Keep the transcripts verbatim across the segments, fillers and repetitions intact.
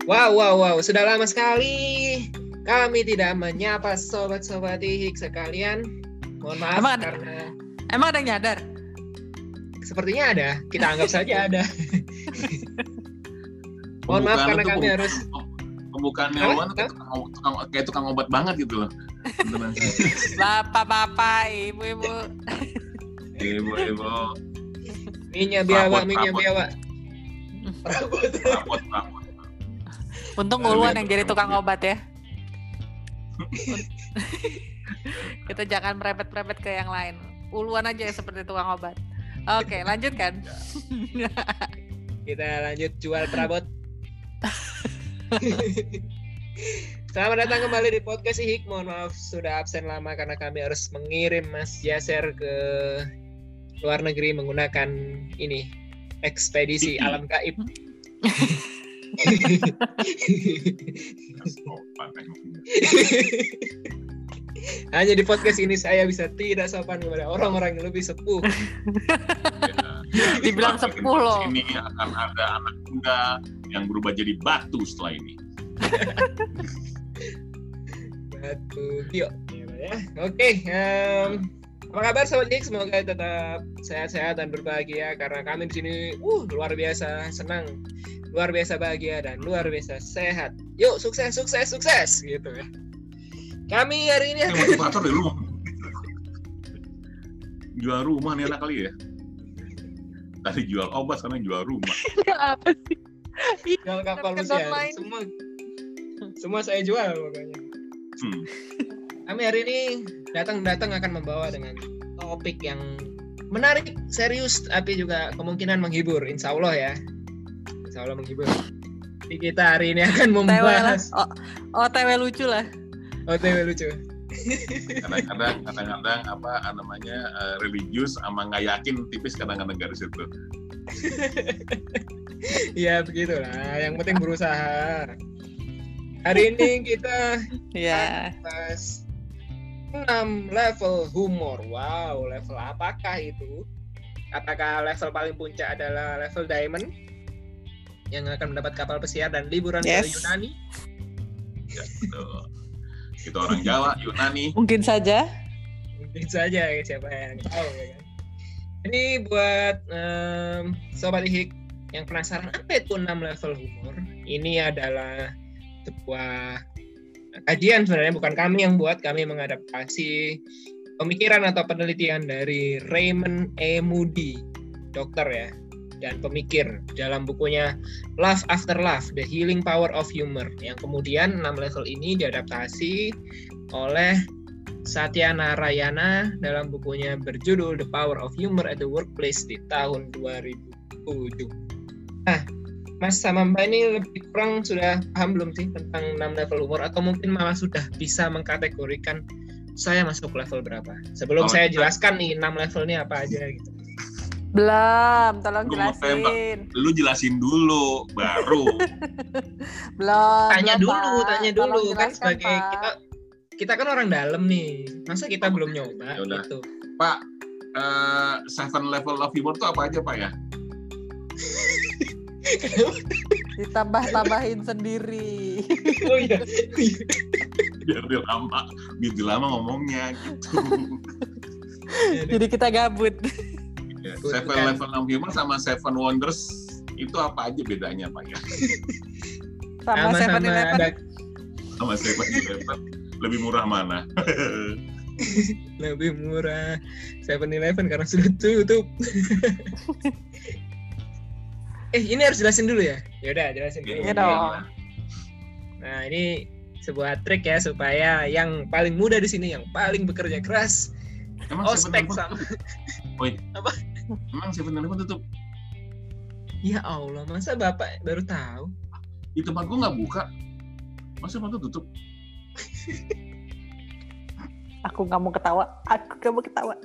Wow, wow, wow. Sudah lama sekali kami tidak menyapa sobat-sobat Ihik sekalian. Mohon maaf Emang ada, karena emang ada yang nyadar? sepertinya ada. Kita anggap saja ada. Mohon maaf Pembukaan karena tuh kami pem- harus Pembukaannya Apa? Luan kayak tukang, tukang, kayak tukang obat banget gitu loh. Beneran. Bapak-bapak, ibu-ibu. Ibu-ibu, minyak biawak, Prabot, minyak prabot. biawak. rapot, rapot. Untung Nah, Uluan lihat yang jadi tuh, tukang lihat. obat ya. Kita jangan merepet-merepet ke yang lain. Uluan aja yang seperti tukang obat. Oke, lanjutkan. Kita lanjut jual perabot. Selamat datang kembali di podcast Ihik. Mohon maaf sudah absen lama karena kami harus mengirim Mas Yaser ke luar negeri menggunakan ini ekspedisi alam gaib. Hanya di podcast ini saya bisa tidak sopan kepada orang-orang yang lebih sepuh. Dibilang Di sepuh loh. Ini akan ada anak muda yang berubah jadi batu setelah ini. Batu Gio. Ya. Oke, em, apa kabar sobat Ihik? Semoga tetap sehat-sehat dan berbahagia karena kami di sini uh luar biasa senang, luar biasa bahagia dan luar biasa sehat. Yuk, sukses, sukses, sukses gitu ya. Kami hari ini Ini motivator deh lu. Jual rumah nih anak kali ya. Tadi jual obat, sekarang jual rumah. Apa sih? jual kapal Ke pesiar. online. Semua semua saya jual pokoknya. Hmm. Kami hari ini datang-datang akan membawa dengan topik yang menarik, serius, tapi juga kemungkinan menghibur. Insya Allah ya. Insya Allah menghibur. Jadi kita hari ini akan T W lah. membahas Oh, oh T W lucu lah. O T W lucu. Kadang-kadang, kadang-kadang apa namanya uh, religius sama nggak yakin tipis kadang-kadang garis itu. Ya begitulah. Yang penting berusaha. Hari ini kita Ya. bahas enam level humor. Wow, level apakah itu? Apakah level paling puncak adalah level diamond yang akan mendapat kapal pesiar dan liburan Yes. ke Yunani? Ya, betul. Itu orang Jawa, Yunani. Mungkin saja. Mungkin saja ya, siapa yang tahu ya kan. Ini buat em, sobat Ihik yang penasaran apa itu enam level humor. Ini adalah sebuah kajian sebenarnya, bukan kami yang buat, kami mengadaptasi pemikiran atau penelitian dari Raymond E. Moody, dokter ya, dan pemikir dalam bukunya Laugh After Laugh, The Healing Power of Humor, yang kemudian enam level ini diadaptasi oleh Satya Narayana dalam bukunya berjudul The Power of Humor at the Workplace di tahun dua ribu tujuh. Nah, Mas sama Mbak ini lebih kurang sudah paham belum sih tentang enam level humor, atau mungkin malah sudah bisa mengkategorikan saya masuk level berapa? Sebelum Oh, saya kita- jelaskan nih enam levelnya apa aja gitu. Belum, tolong Lu mau jelasin. Lu jelasin dulu, baru. Belum. Tanya belum, dulu, Pak. tanya Tolong dulu kan jelaskan, sebagai Pak. kita kita kan orang dalam nih. Masa kita belum nyoba Yaudah. gitu. Pak, eh, seven level of humor itu apa aja Pak ya? Ditambah-tambahin sendiri. Oh iya. Biar dia lama, biar dia lama ngomongnya gitu. Jadi kita gabut. Ya, Bukan. seven level of humor sama seven wonders itu apa aja bedanya Pak ya? Sama Seven Sama-sama Eleven. ada Sama seven eleven lebih murah mana? lebih murah seven eleven karena sudah tutup. eh ini harus jelasin dulu ya. Ya udah jelasin dulu. Iya dong. Nah ini sebuah trik ya supaya yang paling muda di sini, yang paling bekerja keras, Emang ospek seven sama. eleven? Woi. Apa? Emang seven eleven tutup? Ya Allah, masa bapak baru tahu? Di tempat gua nggak buka. Masa tempat tuh tutup? Aku nggak mau ketawa. Aku nggak mau ketawa.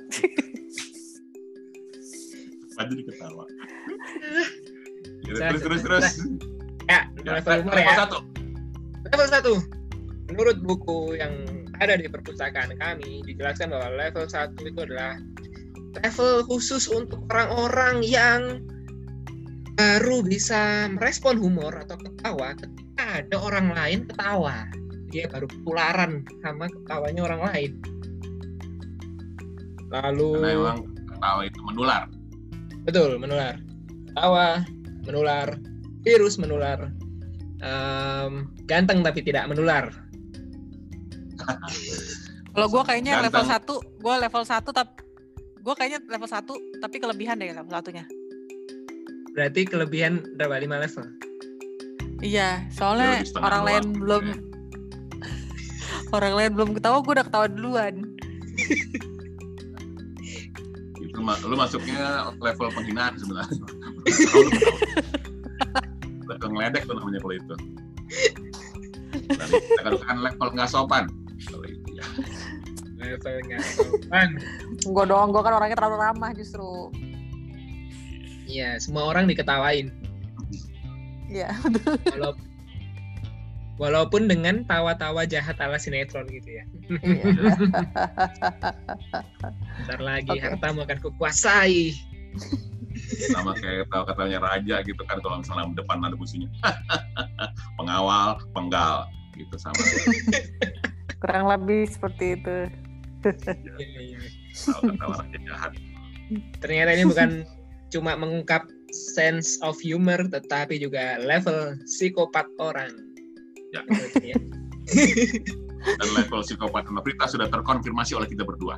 Aja diketawa. Ya, Saya- terus terus terus. Ya, Ya, level humor level ya. satu. Level satu. Menurut buku yang ada di perpustakaan kami, dijelaskan bahwa level satu itu adalah level khusus untuk orang-orang yang baru bisa merespon humor atau ketawa ketika ada orang lain ketawa, dia baru ketularan sama ketawanya orang lain. Lalu Karena memang ketawa itu menular. betul, menular. Ketawa menular, virus menular. Um, ganteng tapi tidak menular. Kalau gue kayaknya Ganteng. level satu, gue level satu tapi gue kayaknya level satu tapi kelebihan deh level satunya. Berarti kelebihan berapa? lima level. Iya, Ya, soalnya lebih setengah orang lain doang. belum Ya. orang lain belum ketawa, gue udah ketawa duluan. Itu ma- lu masuknya level penghinaan sebenarnya. Tahu lu ketawa. Level ngeledek tuh namanya kalau itu. Dan kita katakan level nggak sopan. Kalau itu ya. Levelnya sopan. Gue doang, gue kan orangnya terlalu ramah justru. Iya, semua orang diketawain. Iya. Walaupun, walaupun dengan tawa-tawa jahat ala sinetron gitu ya. Bentar lagi Oke. hartamu akan kukuasai. Sama kayak ketawa-ketawanya raja gitu kan, kalau misalnya depan ada musuhnya. Pengawal, penggal gitu sama. Kurang lebih seperti itu. Iya, iya. Ketawa-ketawa raja jahat. Ternyata ini bukan cuma mengungkap sense of humor, tetapi juga level psikopat orang. Ya. Ya. Dan level psikopat Prita sudah terkonfirmasi oleh kita berdua.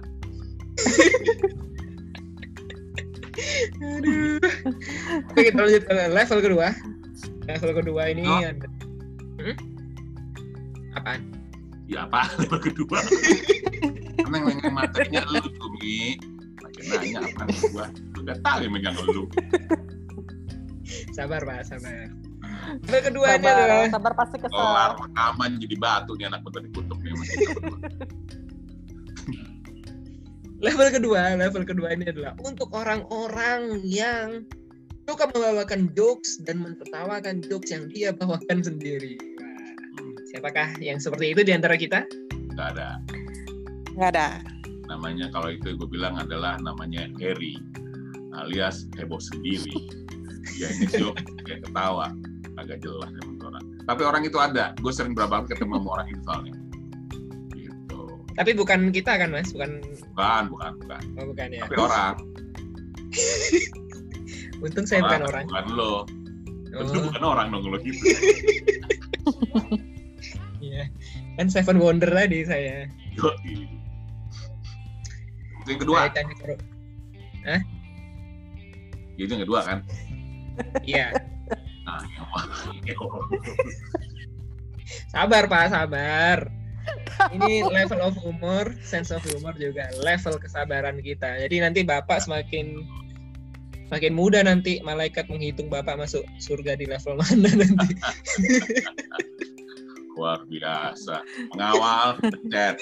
Aduh. Oke, kita lanjut ke level kedua. Level kedua ini Oh. ada. Hmm? Apaan? Ya apa? Level kedua. Karena yang megang materinya lu tuh, Mi. Makin nanya apa gua. Udah tahu yang megang lu. Sabar, Pak, sabar. Level kedua ini adalah Sabar, sabar pasti kesel. Kelar rekaman jadi batu nih anak bentar dikutuk nih masih kita berdua. level kedua. Level kedua ini adalah untuk orang-orang yang suka membawakan jokes dan mentertawakan jokes yang dia bawakan sendiri. Wah, siapakah yang seperti itu di antara kita? Gak ada. Nggak ada. Namanya kalau itu gue bilang adalah namanya Harry alias heboh sendiri. Dia ini joke kayak ketawa agak jelas emang orang. Tapi orang itu ada. Gue sering berapa kali ketemu sama orang itu soalnya. Gitu. Tapi bukan kita kan, Mas? Bukan, Bukan, bukan, bukan. oh, bukan ya. Tapi orang. Untung saya bukan orang. Bukan lo. Tentu Oh, bukan orang dong lo gitu. iya. Kan Seven Wonder tadi saya. Yoi. Itu yang kedua. Saya tanya ke- Itu yang kedua kan. Iya. Nah, yang Sabar, Pak, sabar. Ini level of humor, sense of humor juga level kesabaran kita. Jadi nanti Bapak semakin semakin mudah nanti malaikat menghitung Bapak masuk surga di level mana nanti. luar biasa. Mengawal, chat.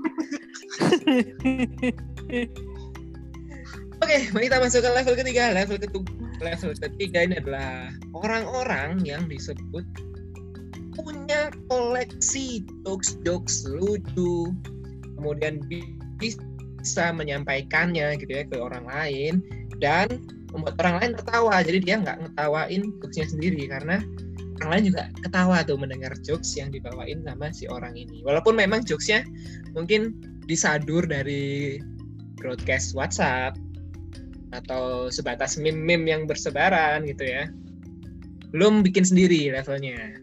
Oke, kita masuk ke level ketiga. Level ketiga, level ketiga ini adalah orang-orang yang disebut punya koleksi jokes-jokes lucu, kemudian bisa menyampaikannya gitu ya ke orang lain dan membuat orang lain tertawa. Jadi dia nggak ngetawain jokesnya sendiri karena orang lain juga ketawa tuh mendengar jokes yang dibawain sama si orang ini. Walaupun memang jokesnya mungkin disadur dari broadcast WhatsApp atau sebatas meme-meme yang bersebaran gitu ya. Belum bikin sendiri levelnya.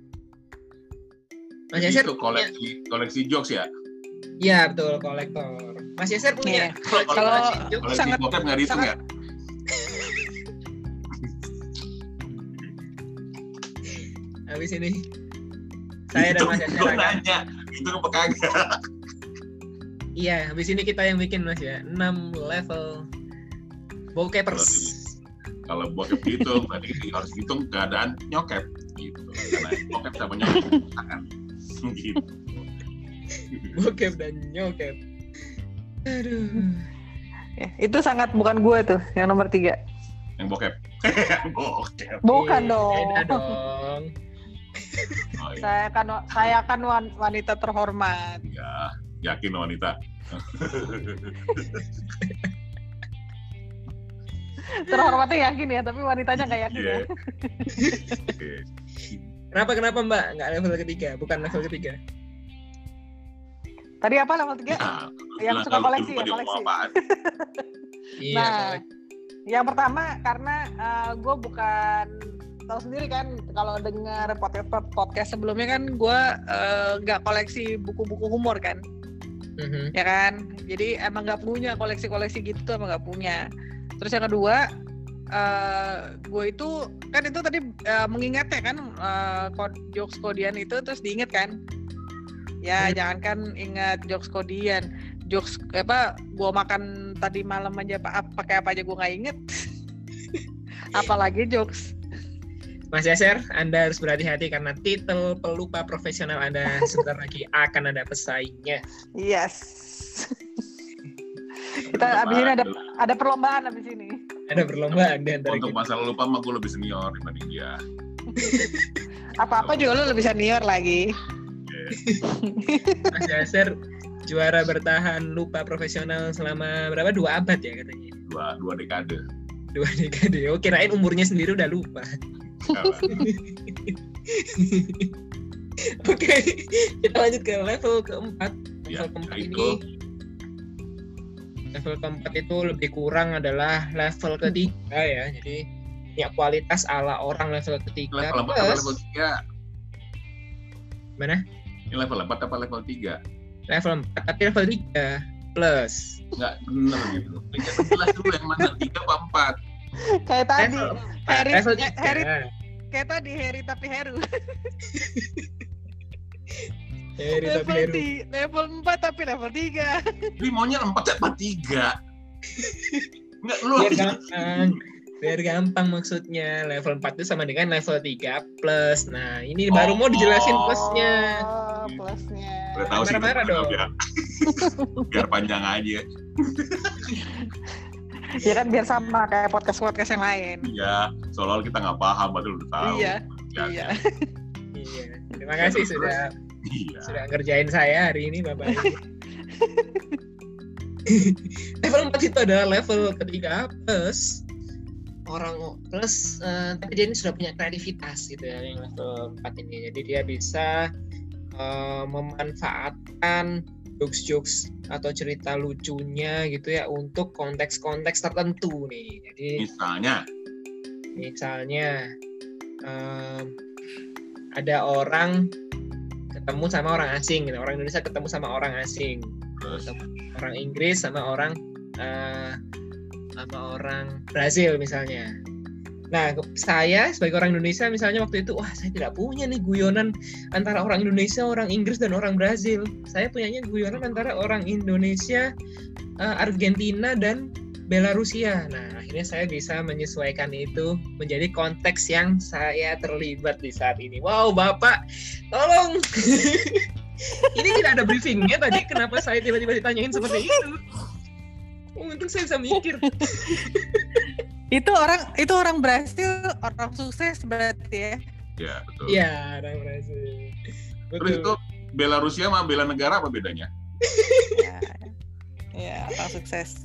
Mas Jadi Yaser itu koleksi koleksi jokes ya. Iya betul, kolektor. Mas Yaser punya Iya. koleksi Kalau- koleksi jokes? Koleksi Sangat- bokep nggak dihitung ya? Habis ini saya dan Mas Yaser Gue akan- nanya, itu apa kagak? Iya, habis ini kita yang bikin Mas ya. enam level bokepers. Kalau bokep dihitung, berarti harus hitung keadaan nyokep gitu. Karena bokep sama nyokep kan. Gitu. Bokep dan nyokep. Aduh. Ya, itu sangat bukan gue tuh yang nomor tiga. Yang bokep. Bokep. Bukan Iya, dong. beda dong. Oh, iya. Saya kan saya kan wan- wanita terhormat. Ya, yakin wanita. Terhormatnya yakin ya, tapi wanitanya nggak yakin Iya. ya. Oke. Kenapa kenapa Mbak nggak level ketiga? Bukan level ketiga. Tadi apa level tiga? Ya, yang suka koleksi ya, koleksi. Iya. Nah, koleksi. yang pertama karena uh, gue bukan tahu sendiri kan kalau dengar podcast podcast sebelumnya kan gue nggak uh, koleksi buku-buku humor kan, mm-hmm. ya kan. Jadi emang nggak punya koleksi-koleksi gitu tuh emang nggak punya. Terus yang kedua, uh, gue itu kan itu tadi uh, mengingatnya kan uh, jokes kodian itu terus diinget kan. Ya, hmm. jangan kan ingat jokes kodian, jokes apa? Gue makan tadi malam aja pak, pakai apa aja gue nggak inget. Apalagi jokes. Mas Yaser, Anda harus berhati-hati karena titel pelupa profesional Anda sebentar lagi akan ada pesaingnya. Yes. Kita abis ini ada ada perlombaan abis ini. Ada perlombaan di antara untuk kita. Masalah lupa mah gue lebih senior dibanding dia. Apa-apa juga lu lebih senior lagi. Mas Yaser juara bertahan lupa profesional selama berapa? Dua abad ya katanya. Dua dua dekade. Dua dekade. Oh, kirain umurnya sendiri udah lupa. Oke, kita lanjut ke level keempat. Level ya, keempat itu. ini level keempat itu lebih kurang adalah level ketiga ya. Jadi punya kualitas ala orang level ketiga. Level empat apa level tiga? Mana? Ini level empat apa level tiga? Level empat tapi level tiga plus. Enggak benar gitu. Jelas dulu yang mana tiga apa empat? Kayak tadi Harry, level Harry, kayak tadi Harry tapi Heru. Harry level tapi Heru. Di, level empat tapi level tiga. Jadi maunya empat apa tiga? Enggak lu. Biar gampang. Biar gampang maksudnya. Level empat itu sama dengan level tiga plus. Nah, ini oh, baru mau dijelasin plusnya. Oh, plusnya. Udah tahu sih. Marah-marah dong. Biar, biar panjang aja. Ya kan biar sama kayak podcast-podcast yang lain. Iya, soalnya kita nggak paham, baru udah tahu. Iya, ya, iya. Iya. Terima kasih ya, sudah iya. sudah ngerjain saya hari ini, Bapak. Level empat itu adalah level ketiga plus orang plus, uh, tapi dia ini sudah punya kreativitas gitu ya yang level empat ini. Jadi dia bisa uh, memanfaatkan jokes-jokes atau cerita lucunya gitu ya untuk konteks-konteks tertentu nih. Jadi misalnya misalnya um, ada orang ketemu sama orang asing gitu. Orang Indonesia ketemu sama orang asing. Terus Orang Inggris sama orang uh, sama orang Brazil misalnya. Nah, saya sebagai orang Indonesia misalnya waktu itu, wah saya tidak punya nih guyonan antara orang Indonesia, orang Inggris, dan orang Brazil. Saya punyanya guyonan antara orang Indonesia, uh, Argentina, dan Belarusia. Nah, akhirnya saya bisa menyesuaikan itu menjadi konteks yang saya terlibat di saat ini. Wow, Bapak, tolong. Ini tidak ada briefingnya tadi, kenapa saya tiba-tiba ditanyain seperti itu? Oh, untung saya bisa mikir. Itu orang itu orang Brasil, orang sukses berarti ya? Iya, betul. Iya, orang Brasil. Betul. Terus itu Belarusia sama bela negara apa bedanya? Ya, ya, orang sukses.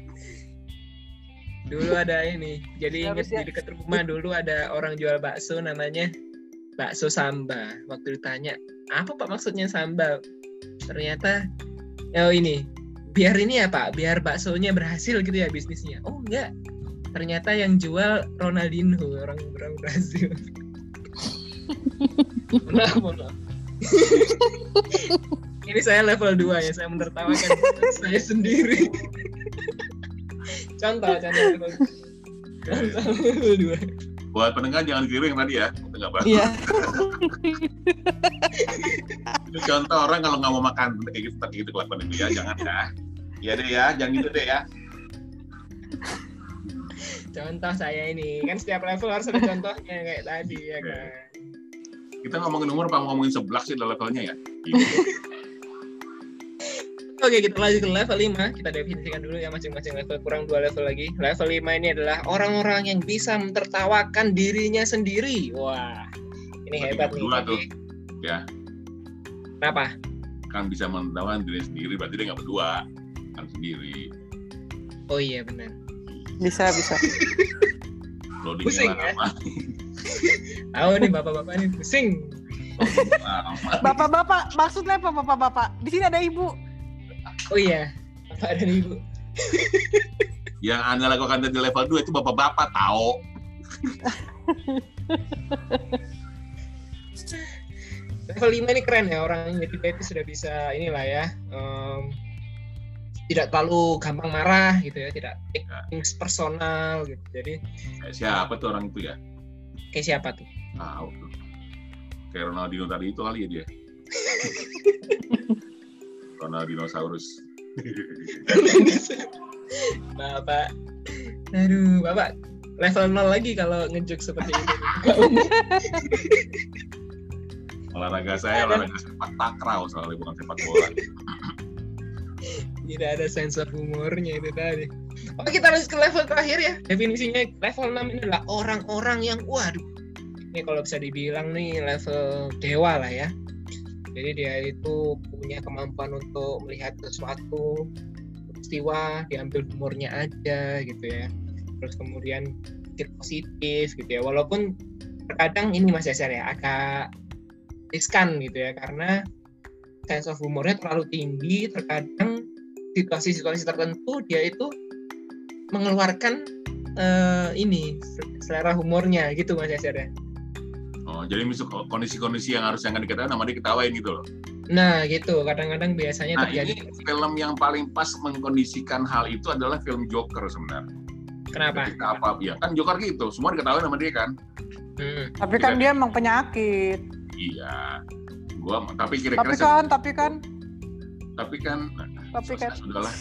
Dulu ada ini, jadi inget Belarusia. di dekat rumah dulu ada orang jual bakso namanya bakso samba. Waktu ditanya, apa Pak maksudnya samba? Ternyata, oh ini, biar ini ya Pak, biar baksonya berhasil gitu ya bisnisnya. Oh enggak. Ternyata yang jual Ronaldinho, orang orang Brazil. Maaf, maaf. Ini saya level dua ya, saya menertawakan saya sendiri. Contoh, contoh level, contoh level dua. Buat pendengar jangan kiri yang tadi ya, kita nggak bahas. Iya. Itu contoh orang kalau nggak mau makan kayak gitu, gitu kelakuan itu ya, jangan ya. Iya deh ya, jangan gitu deh ya. Contoh saya ini, kan setiap level harus ada contohnya kayak tadi ya kan. Kita ngomongin umur apa ngomongin sebelah sih levelnya ya? Gitu. Oke, kita lanjut ke level lima. Kita definisikan dulu ya masing-masing level, kurang dua level lagi. Level lima ini adalah orang-orang yang bisa mentertawakan dirinya sendiri. Wah, ini berarti hebat nih. Tuh. Ya. Kenapa? Kan bisa menertawakan diri sendiri, berarti dia nggak berdua, kan sendiri. Oh iya benar. Bisa, bisa. Loadingnya lama. Tahu nih bapak-bapak nih pusing. Bapak-bapak, maksudnya apa bapak-bapak? Di sini ada ibu. Oh iya, bapak dan ibu. Yang Anda lakukan di level dua itu bapak-bapak tahu. Level lima ini keren ya, orang yang tiba itu sudah bisa inilah ya. Um, tidak terlalu gampang marah gitu ya, tidak things personal gitu. Jadi kayak siapa tuh orang itu ya? Kayak siapa tuh? Tahu tuh. Kayak Ronaldinho tadi itu kali ya dia. Ronaldinosaurus. Bapak, aduh bapak level nol lagi kalau ngejuk seperti itu. Olahraga saya olahraga sepak takraw soalnya bukan sepak bola. Tidak ada sensor humornya itu tadi. Oke, kita lanjut ke level terakhir ya. Definisinya level enam ini adalah orang-orang yang waduh. Ini kalau bisa dibilang nih level dewa lah ya. Jadi dia itu punya kemampuan untuk melihat sesuatu peristiwa, diambil humornya aja gitu ya. Terus kemudian pikir positif gitu ya. Walaupun terkadang ini Mas Yasar ya agak riskan gitu ya, karena sense of humornya terlalu tinggi. Terkadang situasi-situasi tertentu dia itu mengeluarkan uh, ini selera humornya gitu Mas Yasar ya. Oh, jadi misal kondisi-kondisi yang harusnya nggak diketahui nama dia ketawain gitu loh. Nah gitu, kadang-kadang biasanya nah, terjadi. Ini film yang paling pas mengkondisikan hal itu adalah film Joker sebenarnya. Kenapa? Ketika apa ya kan Joker gitu, semua diketahui nama dia kan. Hmm. Tapi kan dia emang penyakit. Iya, gua tapi kira-kira. Tapi kan, tapi kan. Tapi kan. Tapi kan. Sudahlah.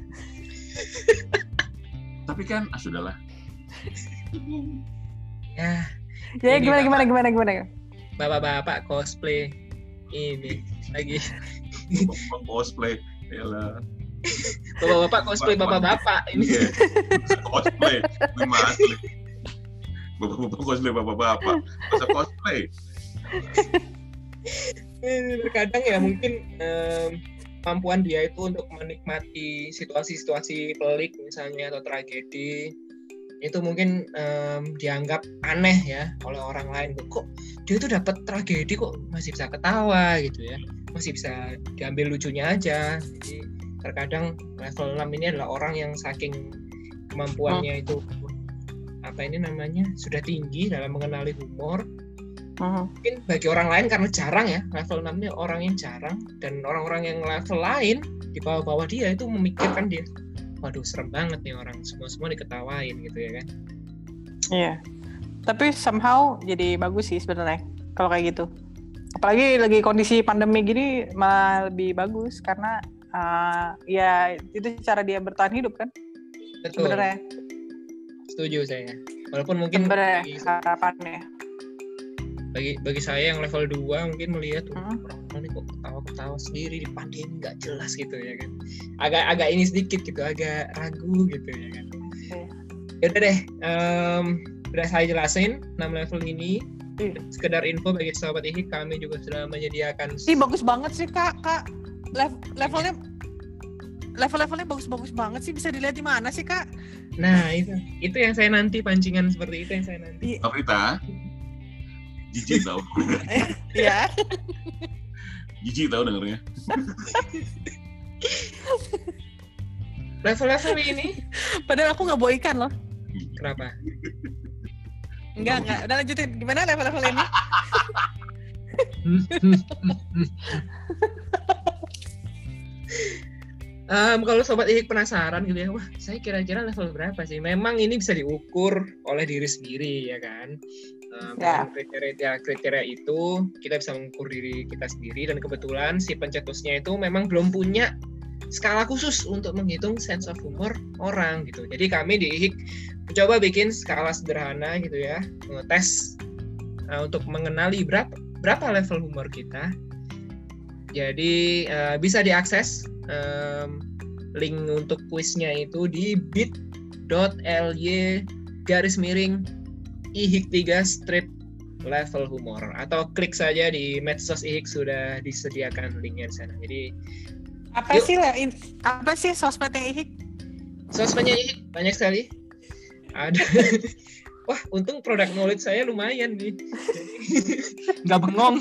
Tapi kan, ah sudahlah. Ya. Ya gimana, gimana gimana gimana gimana. Bapak-bapak cosplay ini lagi. Cosplay, yalah. Bapak-bapak cosplay bapak-bapak ini. Iya. Cosplay, gimana asli. Bapak-bapak cosplay bapak-bapak. Masa cosplay. Terkadang ya mungkin um, kemampuan dia itu untuk menikmati situasi-situasi pelik misalnya atau tragedi itu mungkin um, dianggap aneh ya oleh orang lain. Kok dia itu dapat tragedi kok masih bisa ketawa gitu ya, masih bisa diambil lucunya aja. Jadi terkadang level enam ini adalah orang yang saking kemampuannya itu apa ini namanya sudah tinggi dalam mengenali humor. Uh-huh. Mungkin bagi orang lain karena jarang ya, level enam ini orang yang jarang, dan orang-orang yang level lain di bawah-bawah dia itu memikirkan dia, waduh serem banget nih orang, semua-semua diketawain gitu ya kan. Iya, tapi somehow jadi bagus sih sebenarnya kalau kayak gitu. Apalagi lagi kondisi pandemi gini malah lebih bagus karena uh, ya itu cara dia bertahan hidup kan. Betul. Sebenarnya. Setuju saya. Walaupun mungkin bagi, harapannya bagi bagi saya yang level dua mungkin melihat hmm? orang-orang ini kok ketawa-ketawa sendiri di pandemi nggak jelas gitu ya kan. Agak agak ini sedikit gitu, agak ragu gitu ya kan. Okay. Ya udah deh, um, udah saya jelasin enam level ini. Hmm. Sekedar info bagi sahabat I H I K, kami juga sudah menyediakan. Ih bagus banget sih kak, kak. Le- levelnya level-levelnya bagus-bagus banget sih, bisa dilihat di mana sih kak? Nah itu itu yang saya nanti pancingan seperti itu yang saya nanti. Pak Rita, jijik tau. Iya. Jijik tau dengernya. Level-level ini, padahal aku nggak bawa ikan loh. Kenapa? Enggak enggak. Udah lanjutin. Gimana level-level ini? Um, kalau sobat I H I K penasaran gitu ya, wah saya kira-kira level berapa sih? Memang ini bisa diukur oleh diri sendiri ya kan. Um, yeah. Kriteria kriteria itu kita bisa mengukur diri kita sendiri, dan kebetulan si pencetusnya itu memang belum punya skala khusus untuk menghitung sense of humor orang gitu. Jadi kami di I H I K mencoba bikin skala sederhana gitu ya, tes uh, untuk mengenali berapa berapa level humor kita. Jadi uh, bisa diakses um, link untuk kuisnya itu di bit.ly garis miring I H I K tiga strip level humor, atau klik saja di medsos I H I K sudah disediakan linknya di sana. Jadi apa yuk. sih apa sih sosmednya I H I K? Sosmednya I H I K banyak sekali. Ada wah untung product knowledge saya lumayan nih. Nggak bengong.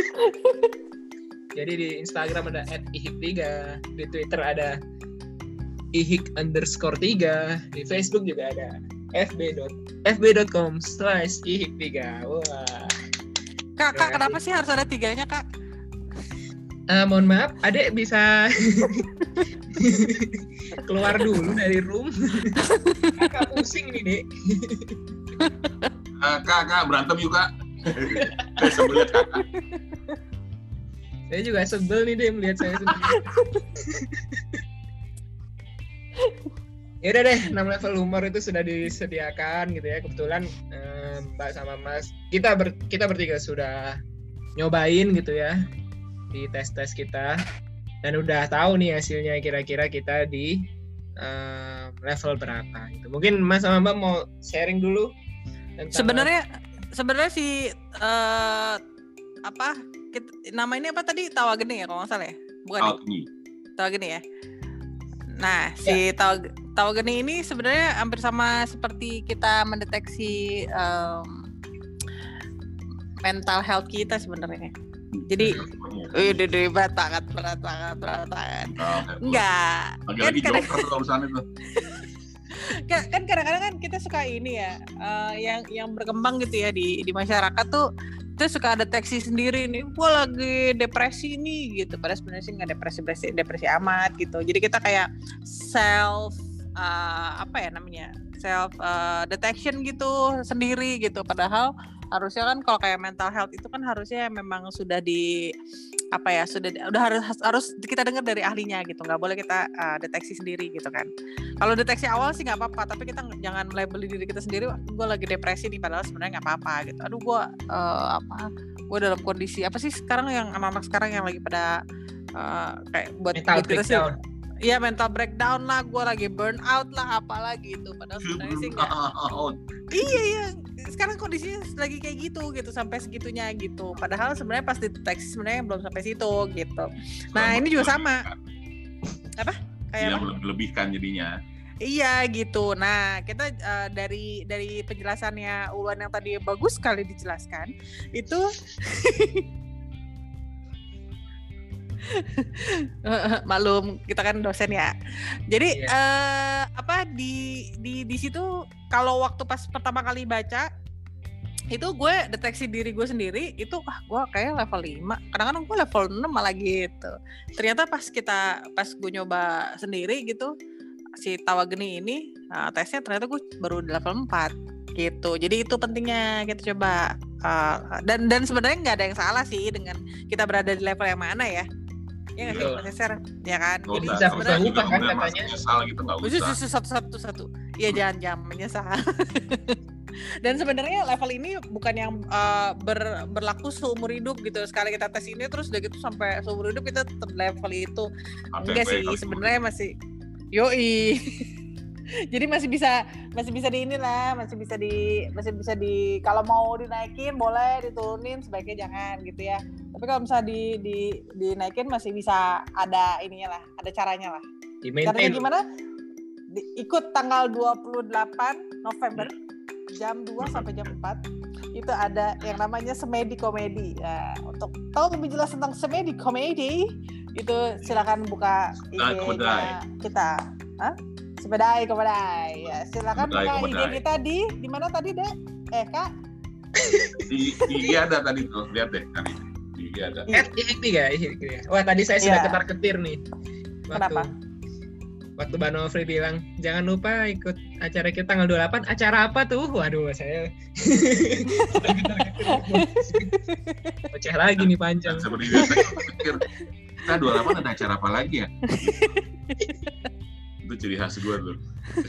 Jadi di Instagram ada at ihik tiga, di Twitter ada ihik underscore tiga, di Facebook juga ada fb dot com slash ihik tiga. Wah. Kak, kak kenapa sih harus ada tiganya, Kak? Uh, mohon maaf, adek bisa keluar dulu dari room. Kakak pusing nih, Dek. Uh, kak, kak berantem yuk, Kak. Saya sebel lihat Kakak. Saya juga sebel nih deh melihat saya sendiri. Ya udah deh, enam level humor itu sudah disediakan gitu ya. Kebetulan eh, Mbak sama Mas, kita ber, kita bertiga sudah nyobain gitu ya di tes-tes kita dan udah tahu nih hasilnya kira-kira kita di eh, level berapa gitu. Mungkin Mas sama Mbak mau sharing dulu tentang sebenarnya sebenarnya si uh, apa kita, nama ini apa tadi Tawageni ya kalau nggak salah ya, bukan? Tawageni. Tawageni ya. Nah si ya. Tawag Tawageni ini sebenarnya hampir sama seperti kita mendeteksi um, mental health kita sebenarnya. Jadi, wih, dede berat banget, berat banget, berat banget. Enggak. Lagi-lagi kan, joker tuh urusan itu. kan, kan kadang-kadang kan kita suka ini ya, uh, yang yang berkembang gitu ya di di masyarakat tuh, kita suka deteksi sendiri nih, gue lagi depresi nih gitu. Padahal sebenarnya sih nggak depresi depresi depresi amat gitu. Jadi kita kayak self uh, apa ya namanya self uh, detection gitu sendiri gitu. Padahal harusnya kan kalau kayak mental health itu kan harusnya memang sudah di apa ya sudah udah harus harus kita dengar dari ahlinya gitu, nggak boleh kita uh, deteksi sendiri gitu kan. Kalau deteksi awal sih nggak apa-apa, tapi kita jangan label diri kita sendiri, gue lagi depresi nih, padahal sebenarnya nggak apa-apa gitu. Aduh gue uh, apa gue dalam kondisi apa sih sekarang yang anak-anak sekarang yang lagi pada uh, kayak buat mental buat kita sih. Iya mental breakdown lah, gue lagi burn out lah, apalagi itu. Padahal sebenarnya sih nggak. Iya iya, sekarang kondisinya lagi kayak gitu gitu sampai segitunya gitu. Padahal sebenarnya pas dideteksi sebenarnya belum sampai situ gitu. Nah ini juga sama. Apa? Kayak yang melebihkan jadinya. Iya gitu. Nah kita uh, dari dari penjelasannya Ulwan yang tadi bagus sekali dijelaskan itu. Maklum kita kan dosen ya. Jadi yeah. uh, apa di di di situ kalau waktu pas pertama kali baca itu gue deteksi diri gue sendiri itu ah gue kayak level lima, kadang-kadang gue level enam malah gitu. Ternyata pas kita pas gue nyoba sendiri gitu si Tawageni ini uh, tesnya ternyata gue baru di level empat gitu. Jadi itu pentingnya kita coba uh, dan dan sebenarnya nggak ada yang salah sih dengan kita berada di level yang mana ya. Ya nggak sih Mas Eser, ya kan? Oh, jadi usah, sebenarnya lupa kan katanya. Menyesal gitu nggak usah. Khusus satu satu satu. Iya jangan jangan menyesal. Dan sebenarnya level ini bukan yang uh, ber, berlaku seumur hidup gitu. Sekali kita tes ini terus udah gitu sampai seumur hidup kita tetap level itu. Enggak sih, sebenarnya masih yoi. Jadi masih bisa masih bisa di inilah, masih bisa di masih bisa di kalau mau dinaikin boleh, diturunin sebaiknya jangan gitu ya. Tapi kalau misalnya di di dinaikin masih bisa ada ininya lah, ada caranya lah. Caranya gimana? Di, ikut tanggal dua puluh delapan November jam dua sampai jam empat itu ada yang namanya Semedi Komedi. Nah, untuk tahu lebih jelas tentang Semedi Komedi itu silakan buka I G-nya kita. Hah? Sepedai Komedai. Ya, silakan buka I G kita di di mana tadi, Dek? Eh, Kak? Di I G ada tadi tuh, lihat deh tadi. Di I G ada. At ihik tiga, ihik tiga. Wah, tadi saya sudah yeah. ketar-ketir nih. Waktu, Kenapa? Waktu Mbak Novri bilang, jangan lupa ikut acara kita tanggal dua puluh delapan. Acara apa tuh? Waduh, saya pecah lagi nih panjang. Seperti biasa saya pikir, kita dua puluh delapan ada acara apa lagi ya? Itu ciri khas gue tuh.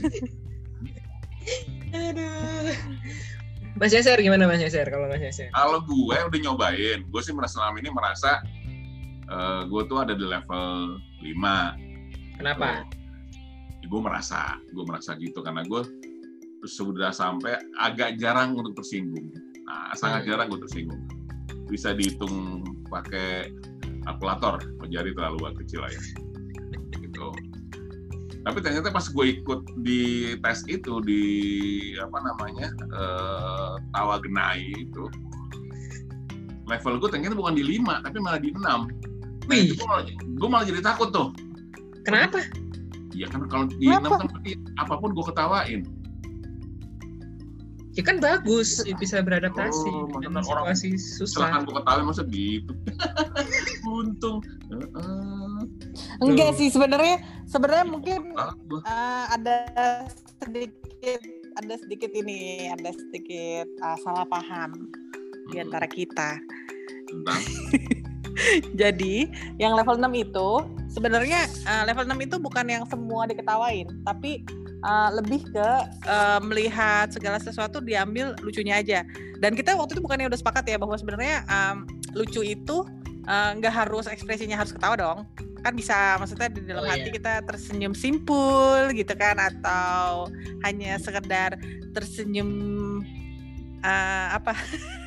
Aduh. Mas Yaser gimana Mas Yaser kalau Mas Yaser? Kalau gue udah nyobain, gue sih merasa selama ini merasa uh, gue tuh ada di level lima. Kenapa? Gue, gue merasa, gue merasa gitu karena gue sudah sampai agak jarang untuk tersinggung. Nah, sangat hmm. jarang gue tersinggung. Bisa dihitung pakai kalkulator, jari terlalu kecil lah ya. Gitu. Tapi ternyata pas gue ikut di tes itu di apa namanya uh, Tawa Genai itu, level gue ternyata bukan di lima tapi malah di enam. Nah, itu gue malah, gue malah jadi takut tuh. Kenapa? Iya kan kalau di enam kan berarti apapun gue ketawain. Ya kan bagus, bisa beradaptasi oh, dengan situasi susah. Silakan gue ketawain masa gitu. Untung. Uh, Enggak sih sebenarnya, sebenarnya mungkin uh, ada sedikit, ada sedikit ini, ada sedikit uh, salah paham hmm. di antara kita. Jadi yang level enam itu sebenarnya uh, level enam itu bukan yang semua diketawain, tapi uh, lebih ke uh, melihat segala sesuatu diambil lucunya aja. Dan kita waktu itu bukannya udah sepakat ya bahwa sebenarnya um, lucu itu nggak uh, harus ekspresinya harus ketawa dong. Kan bisa maksudnya di dalam oh, hati iya. kita tersenyum simpul gitu kan, atau hanya sekedar tersenyum uh, apa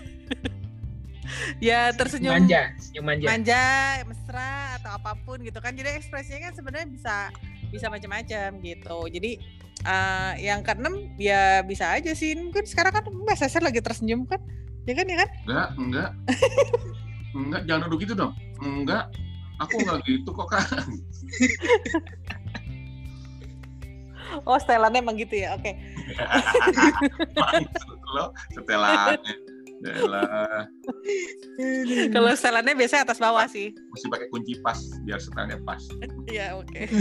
ya tersenyum manja, senyum manja. manja, mesra atau apapun gitu kan. Jadi ekspresinya kan sebenarnya bisa bisa macam-macam gitu. Jadi uh, yang keenam ya bisa aja sih. Mungkin sekarang kan Mbak Cesar lagi tersenyum kan? Ya kan ya kan? Enggak, enggak. Enggak, jangan duduk gitu dong. Enggak. Aku enggak gitu kok, Kak. Oh, setelannya emang gitu ya. Oke. Okay. Maksud lo setelannya. Yalah. Kalau setelannya biasanya atas bawah sih. Mesti pakai kunci pas biar setelannya pas. Iya, oke. Okay.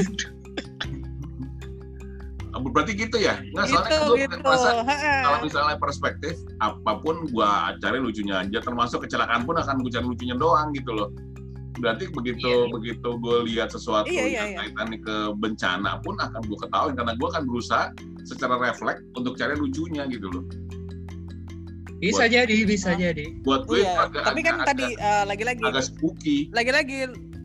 Berarti gitu ya? Nggak, gitu, soalnya gue gitu. merasa kalau misalnya perspektif, apapun gue cari lucunya aja, termasuk kecelakaan pun akan gue cari lucunya doang gitu loh. Berarti begitu iya. begitu gue lihat sesuatu iya, iya, yang iya. kaitannya ke bencana pun akan gue ketawain, karena gue akan berusaha secara refleks untuk cari lucunya gitu loh. Bisa buat, jadi, bisa nah, jadi. Buat gue iya. agak, tapi kan agak, tadi uh, lagi-lagi agak spooky. Lagi-lagi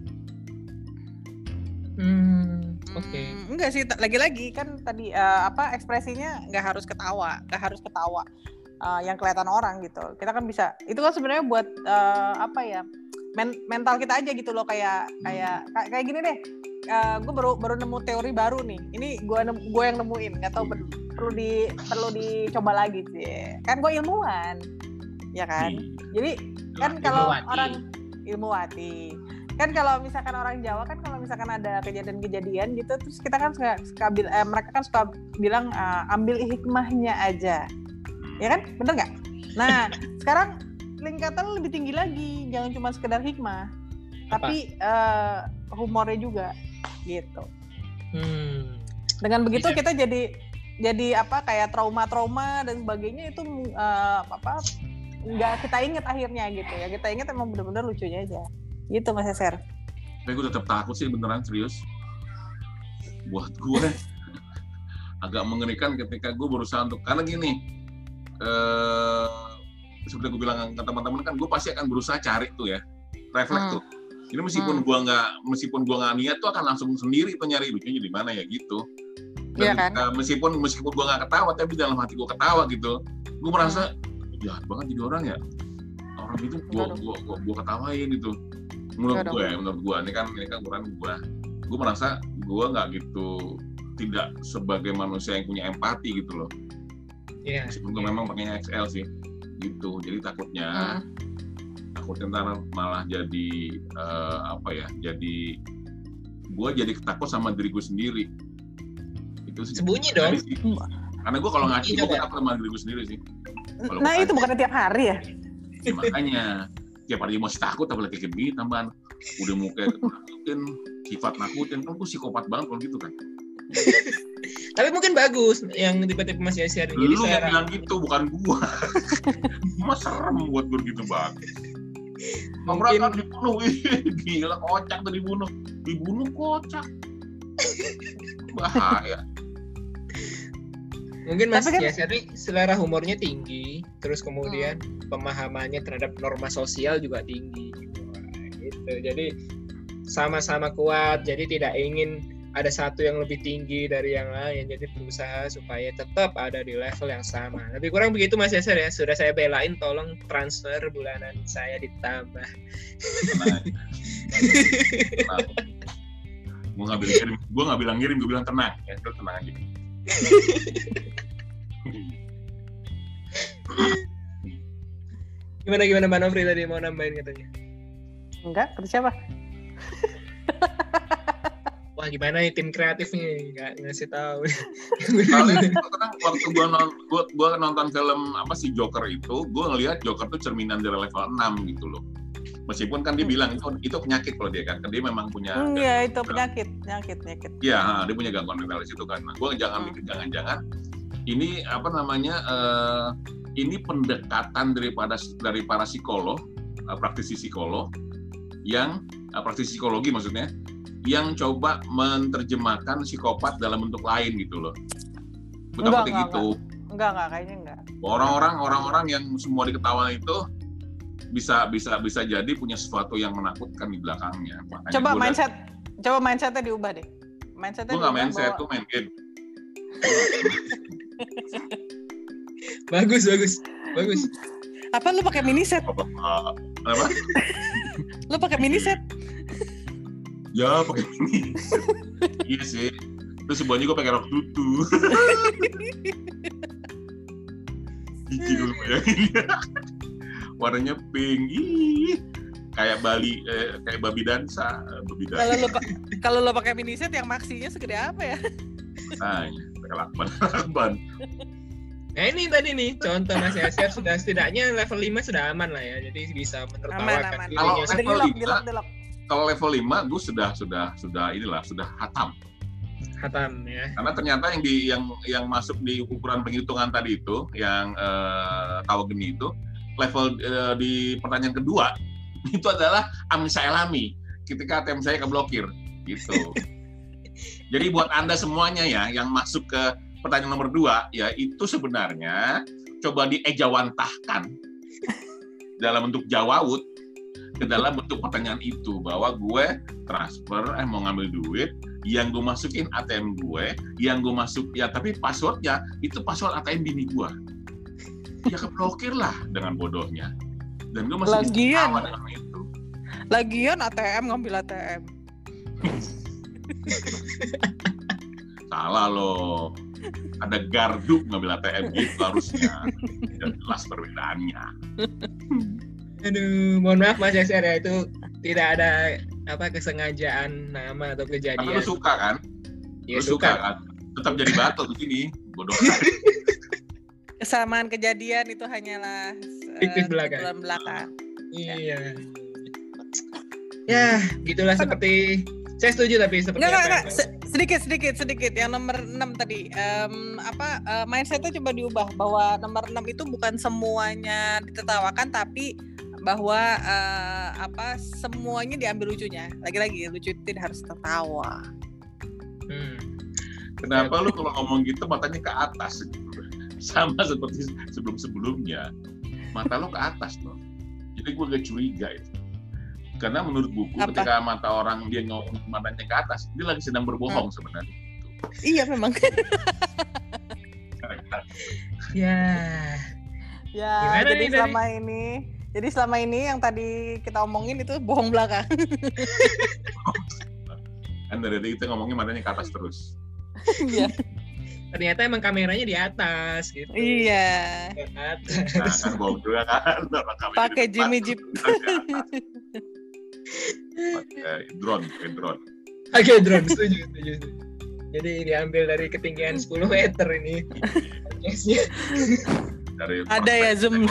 Hmm, oke. Okay. Hmm, enggak sih, lagi-lagi kan tadi uh, apa ekspresinya nggak harus ketawa, nggak harus ketawa uh, yang kelihatan orang gitu. Kita kan bisa, itu kan sebenarnya buat uh, apa ya, men- mental kita aja gitu loh, kayak kayak kayak gini deh. Uh, gue baru baru nemu teori baru nih. Ini gue gue yang nemuin, nggak tahu ber- perlu di perlu dicoba lagi sih. Kan gue ilmuwan, ya kan. Jadi kan kalau orang ilmuwati. Kan kalau misalkan orang Jawa kan kalau misalkan ada kejadian-kejadian gitu, terus kita kan suka, suka eh, mereka kan suka bilang uh, ambil hikmahnya aja, ya kan, bener nggak? Nah sekarang tingkatan lebih tinggi lagi, jangan cuma sekedar hikmah, apa? Tapi uh, humornya juga, gitu. Hmm. Dengan begitu Bisa. kita jadi jadi apa kayak trauma-trauma dan sebagainya itu uh, apa nggak kita ingat akhirnya gitu ya, kita ingat emang benar-benar lucunya aja. Gitu Mas Cesar. Tapi gue tetap takut sih beneran, serius. Buat gue agak mengerikan ketika gue berusaha untuk, karena gini, eh, seperti gue bilang ke teman-teman kan, gue pasti akan berusaha cari tuh ya, refleks hmm. tuh. Ini meskipun hmm. gue nggak, meskipun gue nggak niat tuh akan langsung sendiri tuh nyari lucunya di mana ya gitu. Dan ya, kan? uh, meskipun meskipun gue nggak ketawa, tapi dalam hati gue ketawa gitu, gue merasa hmm. jahat banget jadi orang ya. Orang itu gue gue gue ketawain gitu. Menurut gue ya, menurut gue ini kan ini kan ukuran gue, gue merasa gue nggak gitu, tidak sebagai manusia yang punya empati gitu loh. Iya. Yeah. Meskipun gue memang pakainya X L sih, gitu. Jadi takutnya, hmm. takutnya ntar malah jadi uh, apa ya? Jadi gue jadi takut sama diri gue sendiri. Itu sih. Sembunyi dong. Sih. Karena gue kalau ngaji gue takut sama diri gue sendiri sih. Kalo nah itu bukan tiap hari ya? Ya makanya. Tiap hari masih takut, apalagi kayak gini tambahan udah mau kayak nakutin, sifat nakutin, kan tuh psikopat banget kalau gitu kan. Tapi mungkin bagus yang tipe-tipe Mas Yasir. Lu yang bilang gitu, bukan gua. Mas serem buat gue gitu banget. Mungkin kan dibunuh, gila kocak tuh dibunuh, dibunuh kocak, bahaya. Mungkin Mas kan, Yasir selera humornya tinggi, terus kemudian hmm. pemahamannya terhadap norma sosial juga tinggi. Wah, gitu. Jadi sama-sama kuat, jadi tidak ingin ada satu yang lebih tinggi dari yang lain, jadi berusaha supaya tetap ada di level yang sama. Lebih kurang begitu Mas Yasir ya, sudah saya belain, tolong transfer bulanan saya ditambah. Nah. Nah. Gue nggak bilang ngirim, gue nggak bilang ngirim, gue bilang tenang, ya, lu tenang aja. Gimana gimana Mbak Nofri tadi mau nambahin katanya? Enggak, kata siapa? Wah gimana ya tim kreatifnya nggak ngasih tahu. Soalnya waktu gue nonton, gua, gua nonton film apa sih Joker itu, gue ngelihat Joker tuh cerminan dari level enam gitu loh. Meskipun kan dia bilang itu itu penyakit kalau dia kan, dia memang punya. Iya itu penyakit, penyakit, penyakit. Iya, dia punya gangguan mental di situ kan. Nah, gue jangan mikir jangan-jangan ini apa namanya uh, ini pendekatan daripada dari para psikolog, uh, praktisi psikolog yang uh, praktisi psikologi maksudnya yang coba menerjemahkan psikopat dalam bentuk lain gitu loh. Betapa enggak, gitu. Enggak, enggak, enggak, kayaknya enggak. Orang-orang orang-orang yang semua diketahui itu bisa bisa bisa jadi punya sesuatu yang menakutkan di belakangnya. Makanya coba mindset, udah, coba mindsetnya diubah deh. Mindsetnya gue nggak mindset, bahwa... tuh main game. bagus bagus bagus. Apa lu pakai mini set? Apa? Apa? Lu pakai mini set? Ya pakai mini. Iya sih. Terus semuanya gue pakai rok tutu. Gigi dulu bayangin. Warnanya pink. Ih, kayak Bali, eh, kayak babi dansa, babi dansa. Kalau lo kalau lo pakai mini set yang maksinya segede apa ya? Nah, pakai lakban, lakban. Nah ini tadi nih contoh Mas Yasir sudah setidaknya level lima sudah aman lah ya, jadi bisa menertawakan Kalau dirinya. level Delok, lima, delok, delok. kalau level lima gue sudah sudah sudah inilah sudah hatam. Hatam ya. Karena ternyata yang di yang yang masuk di ukuran penghitungan tadi itu, yang eh, tahu geni itu level eh, di pertanyaan kedua itu adalah amnesia elami ketika A T M saya keblokir gitu. Jadi buat Anda semuanya ya yang masuk ke pertanyaan nomor dua ya itu sebenarnya coba diejawantahkan dalam bentuk jawawut ke dalam bentuk pertanyaan itu bahwa gue transfer eh mau ngambil duit yang gue masukin A T M gue yang gue masuk ya tapi passwordnya itu password A T M bini gue ya keblokir lah dengan bodohnya dan gue masih Lagian. ketawa dengan itu. Lagian A T M ngambil A T M. Salah loh. Ada gardu ngambil A T M gitu harusnya. Tidak jelas perbedaannya. Aduh, mohon maaf Mas Yasir ya, itu tidak ada apa kesengajaan nama atau kejadian. Karena lu suka kan? Ya, lu suka. suka kan? Tetap jadi batu di sini. Bodoh. Kesamaan kejadian itu hanyalah Fiktif uh, belaka. kebetulan belaka. Iya. Ya, gitulah seperti saya setuju tapi seperti Enggak, apa enggak, yang- Se- sedikit, sedikit, sedikit. Yang nomor enam tadi, um, apa uh, mindsetnya coba diubah bahwa nomor enam itu bukan semuanya ditertawakan, tapi bahwa uh, apa semuanya diambil lucunya. Lagi-lagi lucu itu tidak harus tertawa. Hmm. Kenapa lu kalau ngomong gitu matanya ke atas? Sama seperti sebelum-sebelumnya. Mata lu ke atas loh. Jadi gue agak curiga itu. Karena menurut buku Apa? ketika mata orang dia ngomong matanya ke atas, dia lagi sedang berbohong hmm. sebenarnya. Iya memang. Ya. Ya, Gimana jadi nih selama ini, jadi selama ini yang tadi kita omongin itu bohong belaka. Kan dari tadi kita ngomongin matanya ke atas terus. Iya. Ternyata emang kameranya di atas gitu. Iya. Di atas. Nah, kan bohong juga kan. Pakai Jimmy Jeep. Pakai drone, pakai drone. Oke, drone setuju, setuju, setuju. Jadi diambil dari ketinggian sepuluh meter ini. Dari Ada ya zoom.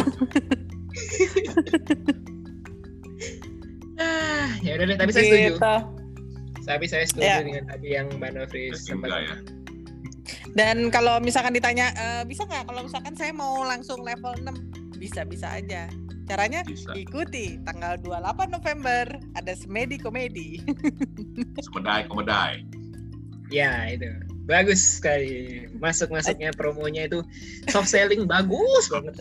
Ah, ya udah deh, tapi saya setuju. Gitu. Tapi saya setuju Ya. dengan tadi yang Mbak Nofri Enggak ya. Dan kalau misalkan ditanya e, bisa nggak kalau misalkan saya mau langsung level enam, bisa bisa aja. Caranya Bisa. ikuti tanggal dua puluh delapan November ada Semedi Komedi. Komedai, komedai. Ya, itu. Bagus sekali. Masuk-masuknya promonya itu soft selling bagus banget.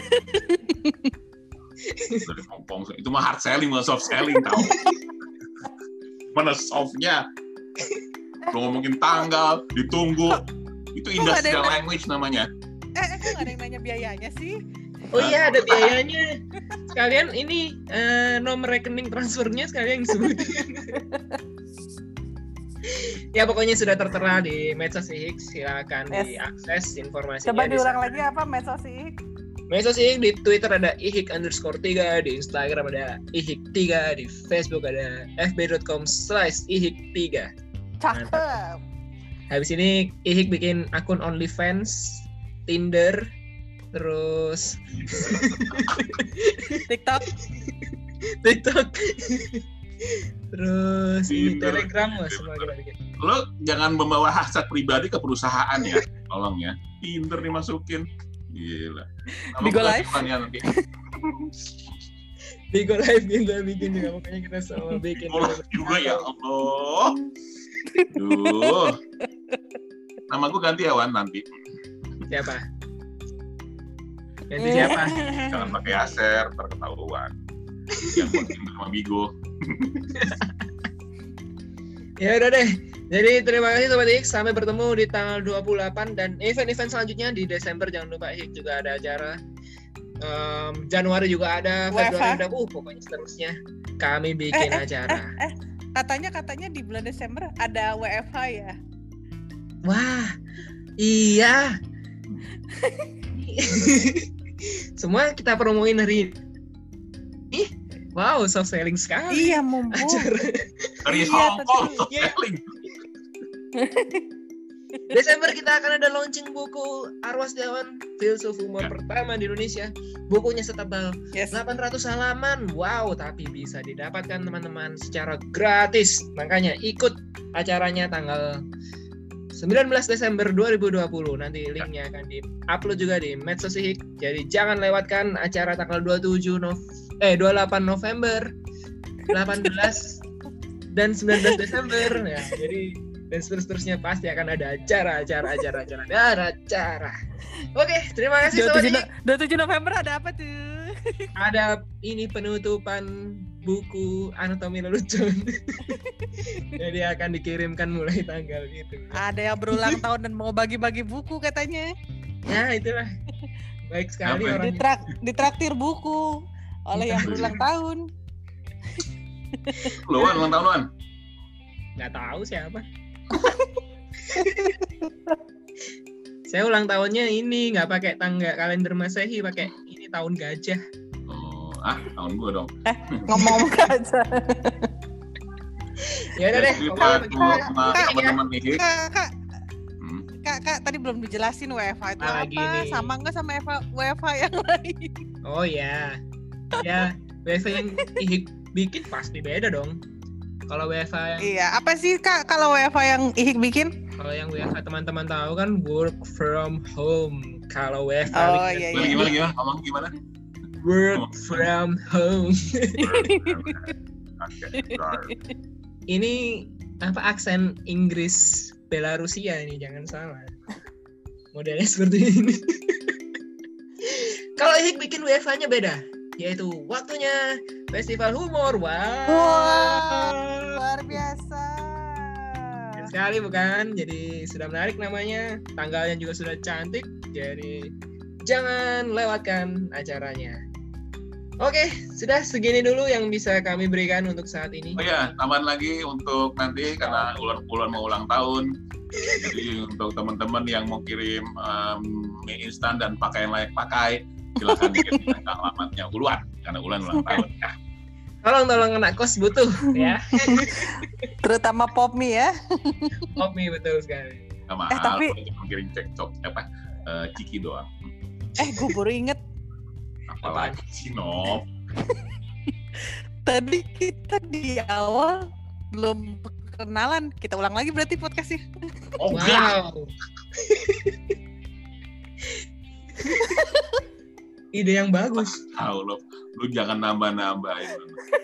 Dari ngomong itu mah hard selling, mah soft selling tau. Mana softnya? Lo ngomongin tanggal, ditunggu. Itu industrial ada yang- language namanya. Eh, eh kok nggak ada yang nanya biayanya sih? Oh iya, ada biayanya. Sekalian ini eh, nomor rekening transfernya sekalian disebutin. Ya pokoknya sudah tertera di medsos IHIK, silakan Yes. diakses informasinya. Coba di diulang sana. lagi apa medsos IHIK? Medsos IHIK di Twitter ada ihik underscore tiga, di Instagram ada ihik tiga, di Facebook ada fb.com slash ihik tiga. Cakep. Habis ini IHIK bikin akun OnlyFans, Tinder, terus TikTok. TikTok, terus ini Tinder. Telegram, wah semua kita bikin. Lo jangan membawa hasad pribadi ke perusahaan ya, tolong ya. Tinder dimasukin, gila. Nama Bigo gua Live? cuman ya nanti. Bigo Live kita bikin juga, pokoknya kita semua bikin. Allah juga ya Allah. Duh. Nama gue ganti ya Wan nanti. Siapa? Ganti siapa? Jangan pakai Aser, terketahuan. Yang penting sama Bigo. Ya udah deh. Jadi terima kasih Sobat IHIK, sampai bertemu di tanggal dua puluh delapan dan event-event selanjutnya di Desember. Jangan lupa IHIK juga ada acara. Um, Januari juga ada, W F H. Februari ada, uh pokoknya seterusnya kami bikin Eh, eh, acara. Eh, katanya katanya di bulan Desember ada W F H ya. Wah, iya. Semua kita promoin hari ini. Wow, soft selling sekali. Iya, mumpung. Acara Dari Iya, Hong Kong, tapi- Iya. selling. Desember kita akan ada launching buku Arwah Setiawan, Filsuf Humor Ya. pertama di Indonesia. Bukunya setebal Yes. delapan ratus halaman. Wow, tapi bisa didapatkan teman-teman secara gratis. Makanya ikut acaranya tanggal sembilan belas Desember dua ribu dua puluh. Nanti linknya akan di-upload juga di medsos IHIK. Jadi jangan lewatkan acara tanggal dua puluh tujuh Nov eh dua puluh delapan November, delapan belas dan sembilan belas Desember. Ya, jadi dan seterusnya pasti akan ada acara, acara, acara, acara, acara, acara. Oke, terima kasih Sobat IHIK. dua puluh tujuh November ada apa tuh? Ada ini penutupan buku anatomi lelucon. Jadi akan dikirimkan mulai tanggal itu. Ada yang berulang tahun dan mau bagi-bagi buku katanya. Ya itulah. Baik sekali Apa? orang. Ditrak, ditraktir buku oleh yang berulang tahun. Lo Wan, ulang tahun Wan. Nggak tahu siapa. Saya ulang tahunnya ini nggak pakai tangga kalender Masehi, pakai ini tahun gajah. Oh, ah, tahun gue dong. Ngomong aja. Ya udah deh. Jadi Pokoknya buat begitu. sama Oke, teman-teman IHIK. Kak, kak, Hmm. kak, kak, tadi belum dijelasin W F H itu Ah, apa? gini. Sama nggak sama W F H yang lain? Oh ya, ya W F H yang IHIK bikin pasti beda dong. Kalau W F H yang Iya, apa sih kak kalau W F H yang IHIK bikin? kalau yang W F H teman-teman tahu kan work from home. Kalau W F H Oh, bikin iya, Gimana, iya. gimana, gimana? Ngomong gimana? work from home. Oke, sorry. Ini apa aksen Inggris Belarusia ini, jangan salah. Modelnya seperti ini. Kalau IHIK bikin W F H-nya beda, yaitu waktunya festival humor. Wow. Wow, luar biasa. Keren sekali bukan? Jadi sudah menarik namanya, tanggalnya juga sudah cantik. Jadi jangan lewatkan acaranya. Oke, sudah segini dulu yang bisa kami berikan untuk saat ini. Oh ya, tambahan lagi untuk nanti karena ulan-ulan mau ulang tahun. Jadi untuk teman-teman yang mau kirim um, mie instan dan pakaian layak pakai, silakan dikirimkan ke alamatnya Uluan karena Ulan ulang tahun. Ya, Tolong-tolong anak kos butuh ya. Terutama pop mie ya. Kopi betul sekali. nggak mahal, Eh, tapi- cuma kirim cekcok apa eh, ciki doang. Eh, gue baru inget Apalagi sih Nop. tadi kita di awal belum kenalan. Kita ulang lagi berarti podcastnya. Oh enggak. Wow. Ide yang bagus. Tahu lo, lu jangan nambah-nambahin.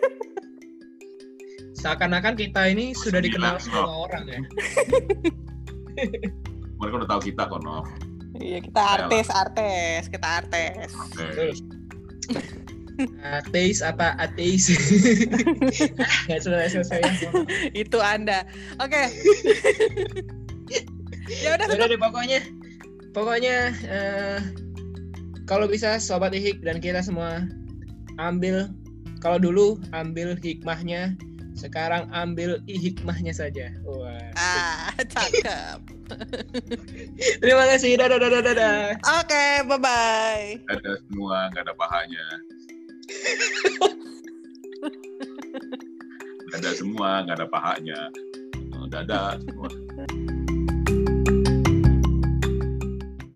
Seakan-akan kita ini sudah dikenal Sembilan, semua orang ya. Mereka udah tahu kita kok Nop. Iya, kita artis, artis, kita artis. Oke. Betul. Ateis apa ateis? Nggak selesai-selesai. Itu Anda. Oke. Ya udah, Udah deh pokoknya. Pokoknya eh, kalau bisa Sobat IHIK dan kita semua ambil, kalau dulu ambil hikmahnya, Sekarang ambil i-hikmahnya saja. Wah. Ah, cakep. Terima kasih. Dadah, dadah, dadah. Oke, okay, bye-bye. Dadah semua, nggak ada pahanya. Dadah semua, nggak ada pahanya. Dadah semua.